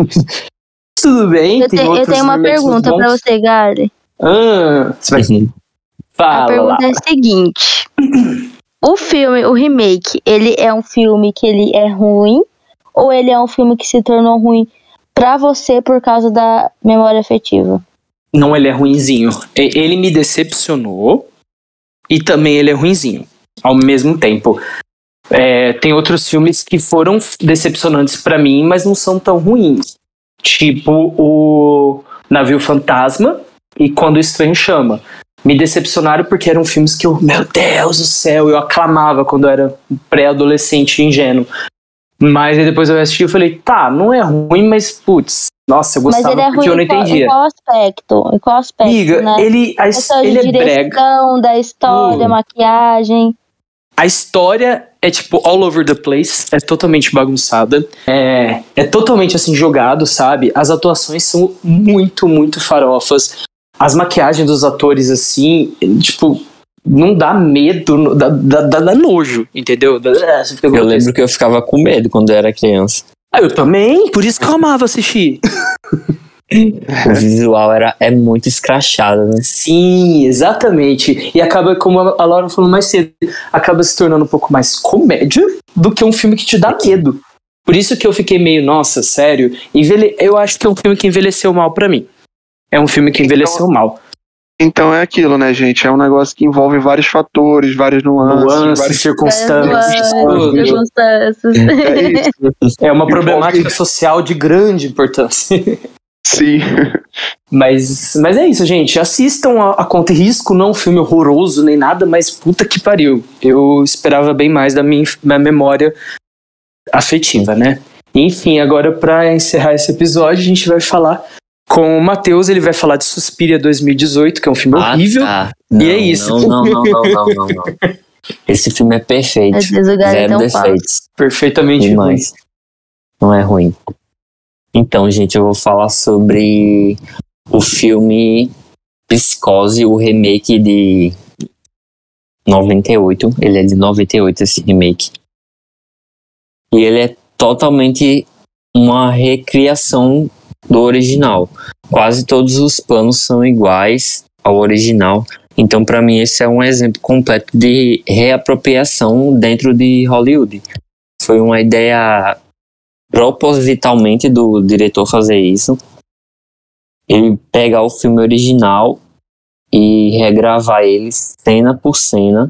Tudo bem, eu, tem te, eu tenho uma pergunta pra você, Gary. Ah, você vai... Uhum. Fala. A pergunta lá. é a seguinte: o filme, o remake, ele é um filme que ele é ruim, ou ele é um filme que se tornou ruim pra você por causa da memória afetiva? Não, ele é ruinzinho. Ele me decepcionou e também ele é ruinzinho ao mesmo tempo. É, tem outros filmes que foram decepcionantes pra mim, mas não são tão ruins. Tipo o Navio Fantasma e Quando o Estranho Chama. Me decepcionaram porque eram filmes que eu, meu Deus do céu, eu aclamava quando eu era pré-adolescente ingênuo. Mas aí depois eu assisti e falei, tá, não é ruim, mas putz, nossa, eu gostava mas ele é porque ruim eu não em qual, entendia. Em qual aspecto? Em qual aspecto, Amiga, né? ele, a, ele é brega. Da história, hum. maquiagem. A história é tipo all over the place, é totalmente bagunçada, é, é totalmente assim jogado, sabe? As atuações são muito, muito farofas. As maquiagens dos atores, assim, tipo, não dá medo, dá, dá, dá, dá nojo, entendeu? Eu lembro que eu ficava com medo quando eu era criança. Ah, eu também, por isso que eu amava assistir. O visual era, é muito escrachado, né? Sim, exatamente. E acaba, como a Laura falou mais cedo, acaba se tornando um pouco mais comédia do que um filme que te dá medo. Por isso que eu fiquei meio, nossa, sério. Envelhe... Eu acho que é um filme que envelheceu mal pra mim. É um filme que envelheceu então, mal. Então é aquilo, né, gente? É um negócio que envolve vários fatores, várias nuances, nuances várias circunstâncias. Nuances, circunstâncias. É isso. É uma problemática social de grande importância. Sim. Mas, mas é isso, gente. Assistam a, a Conta e Risco, não é um filme horroroso nem nada, mas puta que pariu. Eu esperava bem mais da minha, minha memória afetiva, né? Enfim, agora pra encerrar esse episódio, a gente vai falar com o Matheus. Ele vai falar de Suspiria dois mil e dezoito, que é um filme ah, horrível. Tá. E não, é isso. Não, não, não, não, não, não, não. Esse filme é perfeito. Zero defeitos. Perfeitamente ruim. Não é ruim. Então, gente, eu vou falar sobre o filme Psicose, o remake de noventa e oito. Ele é de noventa e oito, esse remake. E ele é totalmente uma recriação do original. Quase todos os planos são iguais ao original. Então, para mim, esse é um exemplo completo de reapropriação dentro de Hollywood. Foi uma ideia propositalmente do diretor fazer isso. Ele pegar o filme original e regravar ele cena por cena,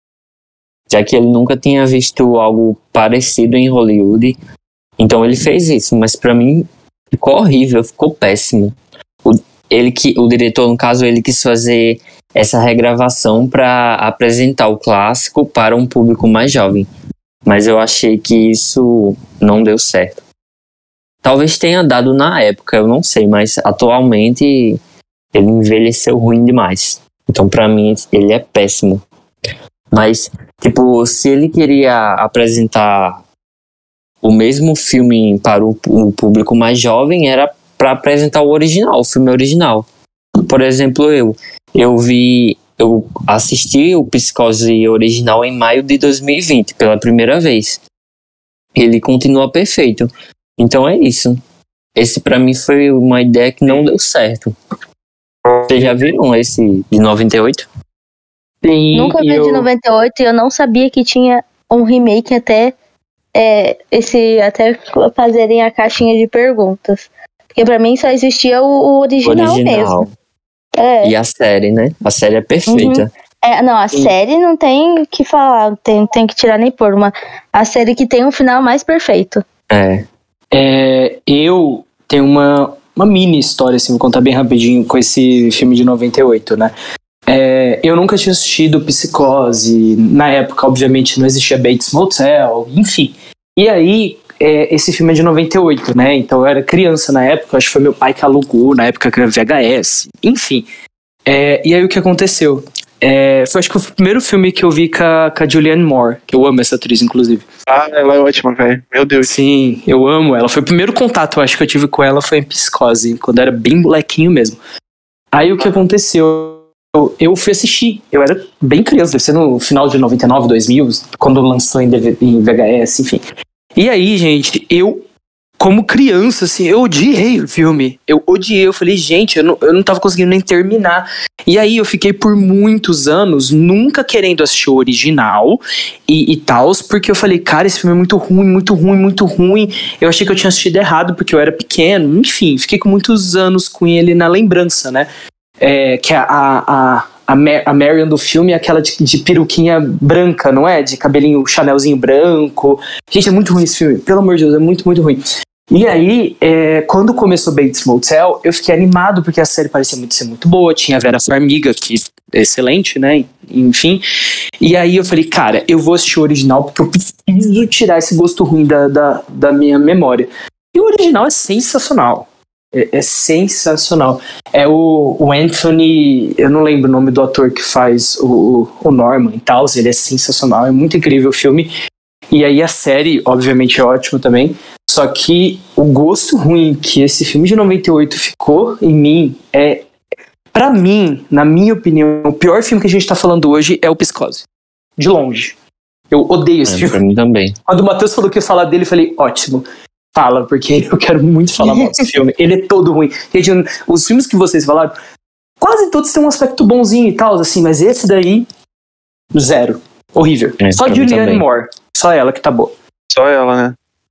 já que ele nunca tinha visto algo parecido em Hollywood. Então ele fez isso, mas pra mim ficou horrível, ficou péssimo. O, ele que, o diretor, no caso, ele quis fazer essa regravação para apresentar o clássico para um público mais jovem, mas eu achei que isso não deu certo. Talvez tenha dado na época, eu não sei, mas atualmente ele envelheceu ruim demais. Então, pra mim, ele é péssimo. Mas, tipo, se ele queria apresentar o mesmo filme para o, o público mais jovem, era pra apresentar o original, o filme original. Por exemplo, eu, eu vi, eu assisti o Psicose original em maio de dois mil e vinte, pela primeira vez. Ele continua perfeito. Então é isso. Esse pra mim foi uma ideia que não deu certo. Vocês já viram esse de noventa e oito? Sim, Nunca vi eu... de noventa e oito e eu não sabia que tinha um remake até é, esse até fazerem a caixinha de perguntas. Porque pra mim só existia o, o original, original mesmo. É. E a série, né? A série é perfeita. Uhum. É, não, a Sim. série não tem o que falar, tem, tem que tirar nem pôr. Uma, a série que tem um final mais perfeito. É. É, eu tenho uma, uma mini história, assim, vou contar bem rapidinho com esse filme de noventa e oito, né? É, eu nunca tinha assistido Psicose, na época, obviamente, não existia Bates Motel, enfim. E aí, é, esse filme é de noventa e oito, né? Então eu era criança na época, acho que foi meu pai que alugou, na época que era V H S, enfim. É, e aí o que aconteceu? É, foi acho que foi o primeiro filme que eu vi com a, com a Julianne Moore, que eu amo essa atriz, inclusive. Ah, ela é ótima, velho. Meu Deus. Sim, eu amo ela. Foi o primeiro contato, eu acho, que eu tive com ela foi em Psicose, quando eu era bem molequinho mesmo. Aí o que aconteceu? Eu, eu fui assistir, eu era bem criança, deve ser no final de noventa e nove, dois mil, quando lançou em, D V, em V H S, enfim. E aí, gente, eu, como criança, assim, eu odiei o filme. Eu odiei, eu falei, gente, eu não, eu não tava conseguindo nem terminar. E aí eu fiquei por muitos anos nunca querendo assistir o original e, e tal, porque eu falei, cara, esse filme é muito ruim, muito ruim, muito ruim. Eu achei que eu tinha assistido errado porque eu era pequeno, enfim, fiquei com muitos anos com ele na lembrança, né? É, que a, a, a, a Marion do filme é aquela de, de peruquinha branca, não é? De cabelinho, chanelzinho branco. Gente, é muito ruim esse filme, pelo amor de Deus, é muito, muito ruim. E aí, é, quando começou Bates Motel, eu fiquei animado, porque a série parecia muito ser muito boa, tinha a Vera Farmiga, que é excelente, né? Enfim. E aí eu falei, cara, eu vou assistir o original, porque eu preciso tirar esse gosto ruim da, da, da minha memória. E o original é sensacional. É, é sensacional. É o, o Anthony, eu não lembro o nome do ator que faz o, o Norman e tal, ele é sensacional, é muito incrível o filme. E aí a série, obviamente, é ótima também. Só que o gosto ruim que esse filme de noventa e oito ficou em mim é, pra mim, na minha opinião, o pior filme que a gente tá falando hoje é o Psicose. De longe. Eu odeio esse É, filme. pra mim também. Quando o Matheus falou que ia falar dele, eu falei, ótimo. Fala, porque eu quero muito falar mal desse filme. Ele é todo ruim. Gente, os filmes que vocês falaram, quase todos têm um aspecto bonzinho e tal, assim, mas esse daí, zero. Horrível. É, só pra mim Julianne também. Moore. Só ela que tá boa. Só ela, né?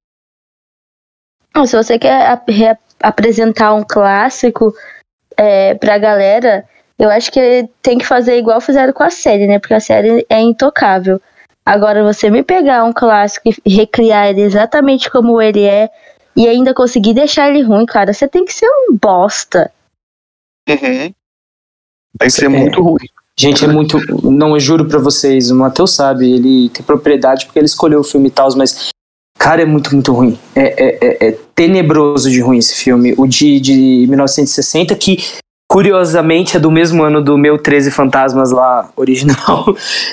Não, se você quer ap- re- apresentar um clássico é, pra galera, eu acho que tem que fazer igual fizeram com a série, né? Porque a série é intocável. Agora, você me pegar um clássico e recriar ele exatamente como ele é e ainda conseguir deixar ele ruim, cara, você tem que ser um bosta. Uhum. Tem que ser É. muito ruim. Gente, é muito... Não, eu juro pra vocês, o Matheus sabe, ele tem propriedade porque ele escolheu o filme e tal, mas... Cara, é muito, muito ruim. É, é, é, é tenebroso de ruim esse filme. O de, de mil novecentos e sessenta, que... Curiosamente, é do mesmo ano do meu treze Fantasmas lá, original.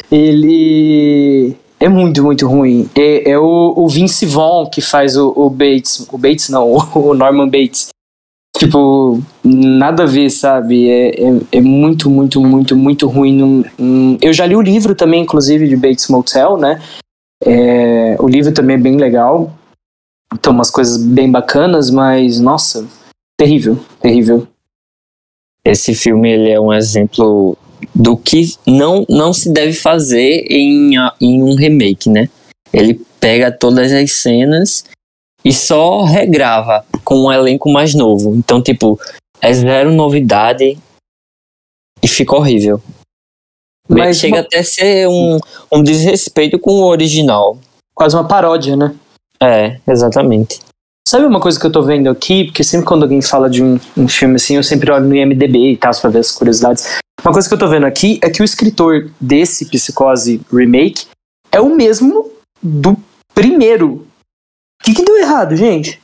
Ele é muito, muito ruim. É, é o, o Vince Vaughn que faz o, o Bates. O Bates não, o Norman Bates. Tipo, nada a ver, sabe? É, é, é muito, muito, muito, muito ruim. Num, num... Eu já li o livro também, inclusive, de Bates Motel, né? É, o livro também é bem legal. Tem umas coisas bem bacanas, mas, nossa, terrível, terrível. Esse filme, ele é um exemplo do que não, não se deve fazer em, em um remake, né? Ele pega todas as cenas e só regrava com um elenco mais novo. Então, tipo, é zero novidade e fica horrível. Mas chega uma... até a ser um, um desrespeito com o original. Quase uma paródia, né? É, exatamente. Sabe uma coisa que eu tô vendo aqui? Porque sempre quando alguém fala de um, um filme assim, eu sempre olho no I M D B e tal, pra ver as curiosidades. Uma coisa que eu tô vendo aqui é que o escritor desse Psicose Remake é o mesmo do primeiro. O que que deu errado, gente?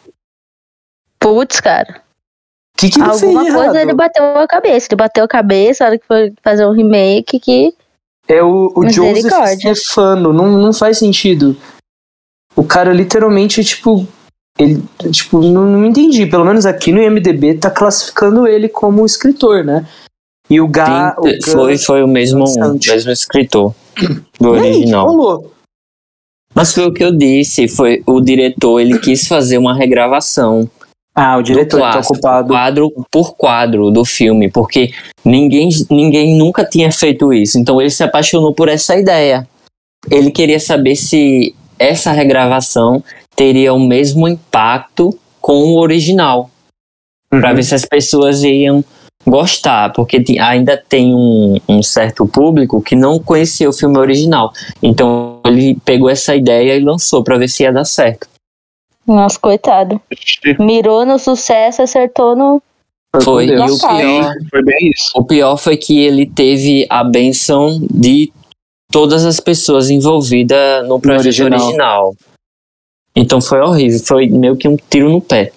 Putz, cara. O que que ele Alguma fez coisa errado? ele bateu a cabeça. Ele bateu a cabeça na hora que foi fazer um remake que... É o, o Joseph Misericórdia. Stefano. Não, não faz sentido. O cara literalmente, tipo... Ele, tipo, não, não entendi. Pelo menos aqui no I M D B tá classificando ele como escritor, né? E o Ga... Sim, o foi, Gus foi o mesmo, Van Sant. mesmo escritor do E aí, que original. rolou? Mas foi o que eu disse, foi o diretor, ele quis fazer uma regravação Ah, o do diretor tá clássico, ocupado. quadro por quadro do filme, porque ninguém, ninguém nunca tinha feito isso. Então ele se apaixonou por essa ideia. Ele queria saber se essa regravação teria o mesmo impacto com o original, Uhum. para ver se as pessoas iam gostar, porque ti- ainda tem um, um certo público que não conhecia o filme original. Então ele pegou essa ideia e lançou para ver se ia dar certo. Nossa, coitado. Mirou no sucesso, acertou no... Foi, e Deus. o pior, Foi bem isso. o pior foi que ele teve a benção de todas as pessoas envolvidas no projeto original. original. Então foi horrível, foi meio que um tiro no pé.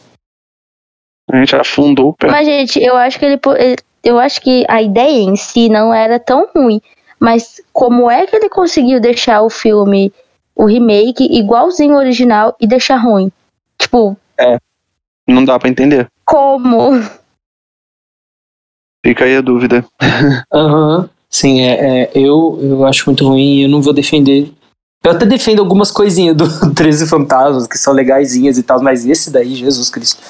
A gente afundou o pé. Mas, gente, eu acho que ele, po- ele- eu acho que a ideia em si não era tão ruim. Mas como é que ele conseguiu deixar o filme, o remake, igualzinho ao original e deixar ruim? Tipo, Não dá pra entender. como? Fica aí a dúvida. Aham. Sim, é, é, eu, eu acho muito ruim e eu não vou defender. Eu até defendo algumas coisinhas do treze Fantasmas, que são legaisinhas e tal, mas esse daí, Jesus Cristo.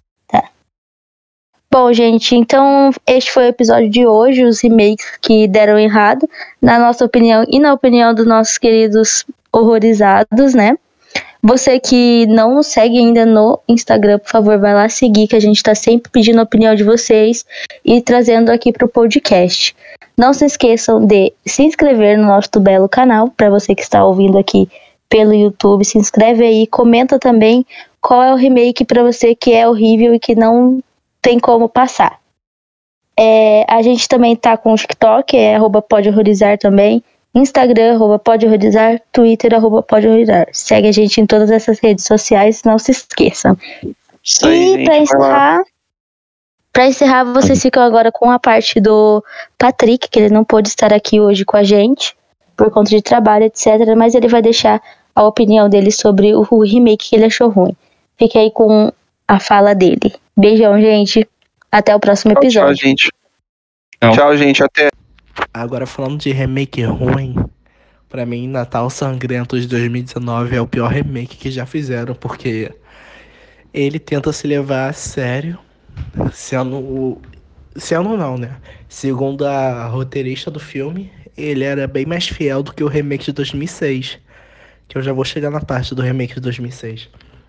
Bom, gente, então este foi o episódio de hoje, os remakes que deram errado, na nossa opinião e na opinião dos nossos queridos horrorizados, né? Você que não nos segue ainda no Instagram, por favor, vai lá seguir, que a gente tá sempre pedindo a opinião de vocês e trazendo aqui pro podcast. Não se esqueçam de se inscrever no nosso belo canal, para você que está ouvindo aqui pelo YouTube, se inscreve aí, comenta também qual é o remake para você que é horrível e que não tem como passar. É, a gente também tá com o TikTok, é arroba pode horrorizar também, Instagram, arroba pode horrorizar, Twitter, arroba pode horrorizar. Segue a gente em todas essas redes sociais, não se esqueçam. Isso aí, E gente, pra vai lá. encerrar, pra encerrar, vocês ficam agora com a parte do Patrick, que ele não pôde estar aqui hoje com a gente, por conta de trabalho, etcétera. Mas ele vai deixar a opinião dele sobre o o remake que ele achou ruim. Fique aí com a fala dele. Beijão, gente. Até o próximo Tchau, episódio. tchau, gente. Tchau. Tchau, gente. Até. Agora falando de remake ruim, pra mim Natal Sangrento de dois mil e dezenove é o pior remake que já fizeram, porque ele tenta se levar a sério, sendo o... Sendo não, né? Segundo a roteirista do filme, ele era bem mais fiel do que o remake de dois mil e seis, que eu já vou chegar na parte do remake de dois mil e seis.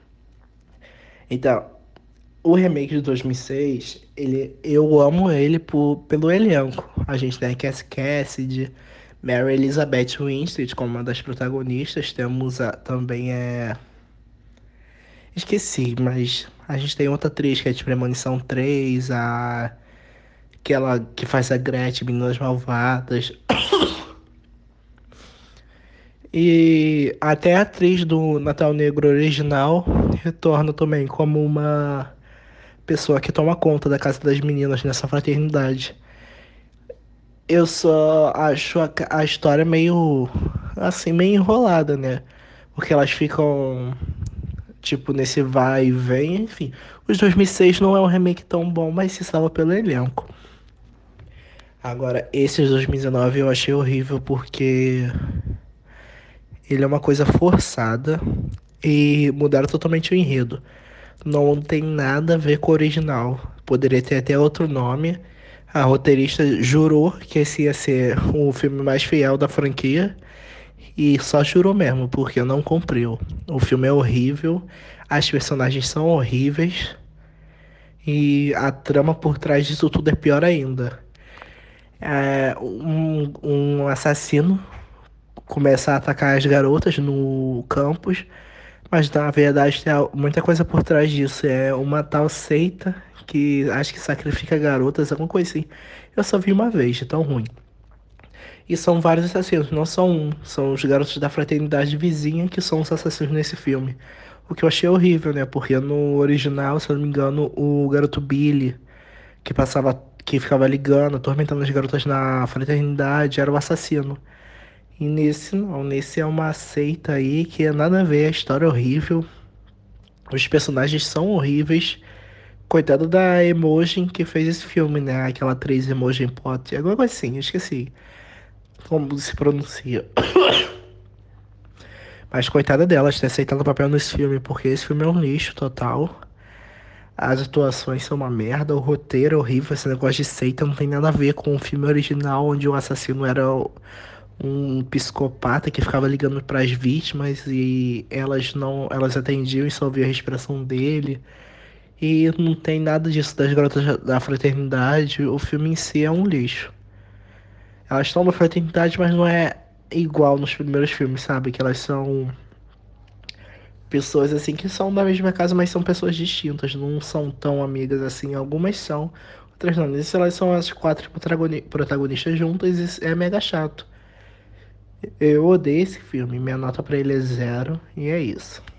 Então, o remake de dois mil e seis, ele, eu amo ele por, pelo elenco. A gente tem Cassie Cassidy, Mary Elizabeth Winstead como uma das protagonistas. Temos a, também é... Esqueci, mas a gente tem outra atriz que é de Premonição três, a... aquela que faz a Gretchen, Meninas Malvadas. E até a atriz do Natal Negro original retorna também como uma pessoa que toma conta da casa das meninas nessa fraternidade. Eu só acho a, a história meio assim, meio enrolada, né? Porque elas ficam tipo, nesse vai e vem, enfim. Os dois mil e seis não é um remake tão bom, mas se salva pelo elenco. Agora, esse de dois mil e dezenove eu achei horrível porque ele é uma coisa forçada e mudaram totalmente o enredo. Não tem nada a ver com o original. Poderia ter até outro nome. A roteirista jurou que esse ia ser o filme mais fiel da franquia. E só jurou mesmo, porque não cumpriu. O filme é horrível, as personagens são horríveis. E a trama por trás disso tudo é pior ainda. É, um, um assassino começa a atacar as garotas no campus, mas na verdade tem muita coisa por trás disso. É uma tal seita que acho que sacrifica garotas, alguma coisa assim. Eu só vi uma vez, é tão ruim. E são vários assassinos, não são um. São os garotos da fraternidade vizinha que são os assassinos nesse filme. O que eu achei horrível, né? Porque no original, se eu não me engano, o garoto Billy, que passava, que ficava ligando, atormentando as garotas na fraternidade, era o assassino. E nesse não, nesse é uma seita aí que é nada a ver, a história é horrível, os personagens são horríveis. Coitado da Emoji que fez esse filme, né? Aquela atriz Emoji Pot, alguma coisa assim, eu esqueci como se pronuncia. Mas coitada delas ter aceitado o papel nesse filme, porque esse filme é um lixo total. As atuações são uma merda, o roteiro é horrível, esse negócio de seita não tem nada a ver com o filme original, onde o assassino era um psicopata que ficava ligando para as vítimas e elas não, elas atendiam e só ouviam a respiração dele. E não tem nada disso das garotas da fraternidade, o filme em si é um lixo. Elas estão na fraternidade, mas não é igual nos primeiros filmes, sabe? Que elas são pessoas assim que são da mesma casa, mas são pessoas distintas, não são tão amigas assim. Algumas são, outras não. Nesse elas são as quatro protagoni- protagonistas juntas e é mega chato. Eu odeio esse filme, minha nota pra ele é zero e é isso.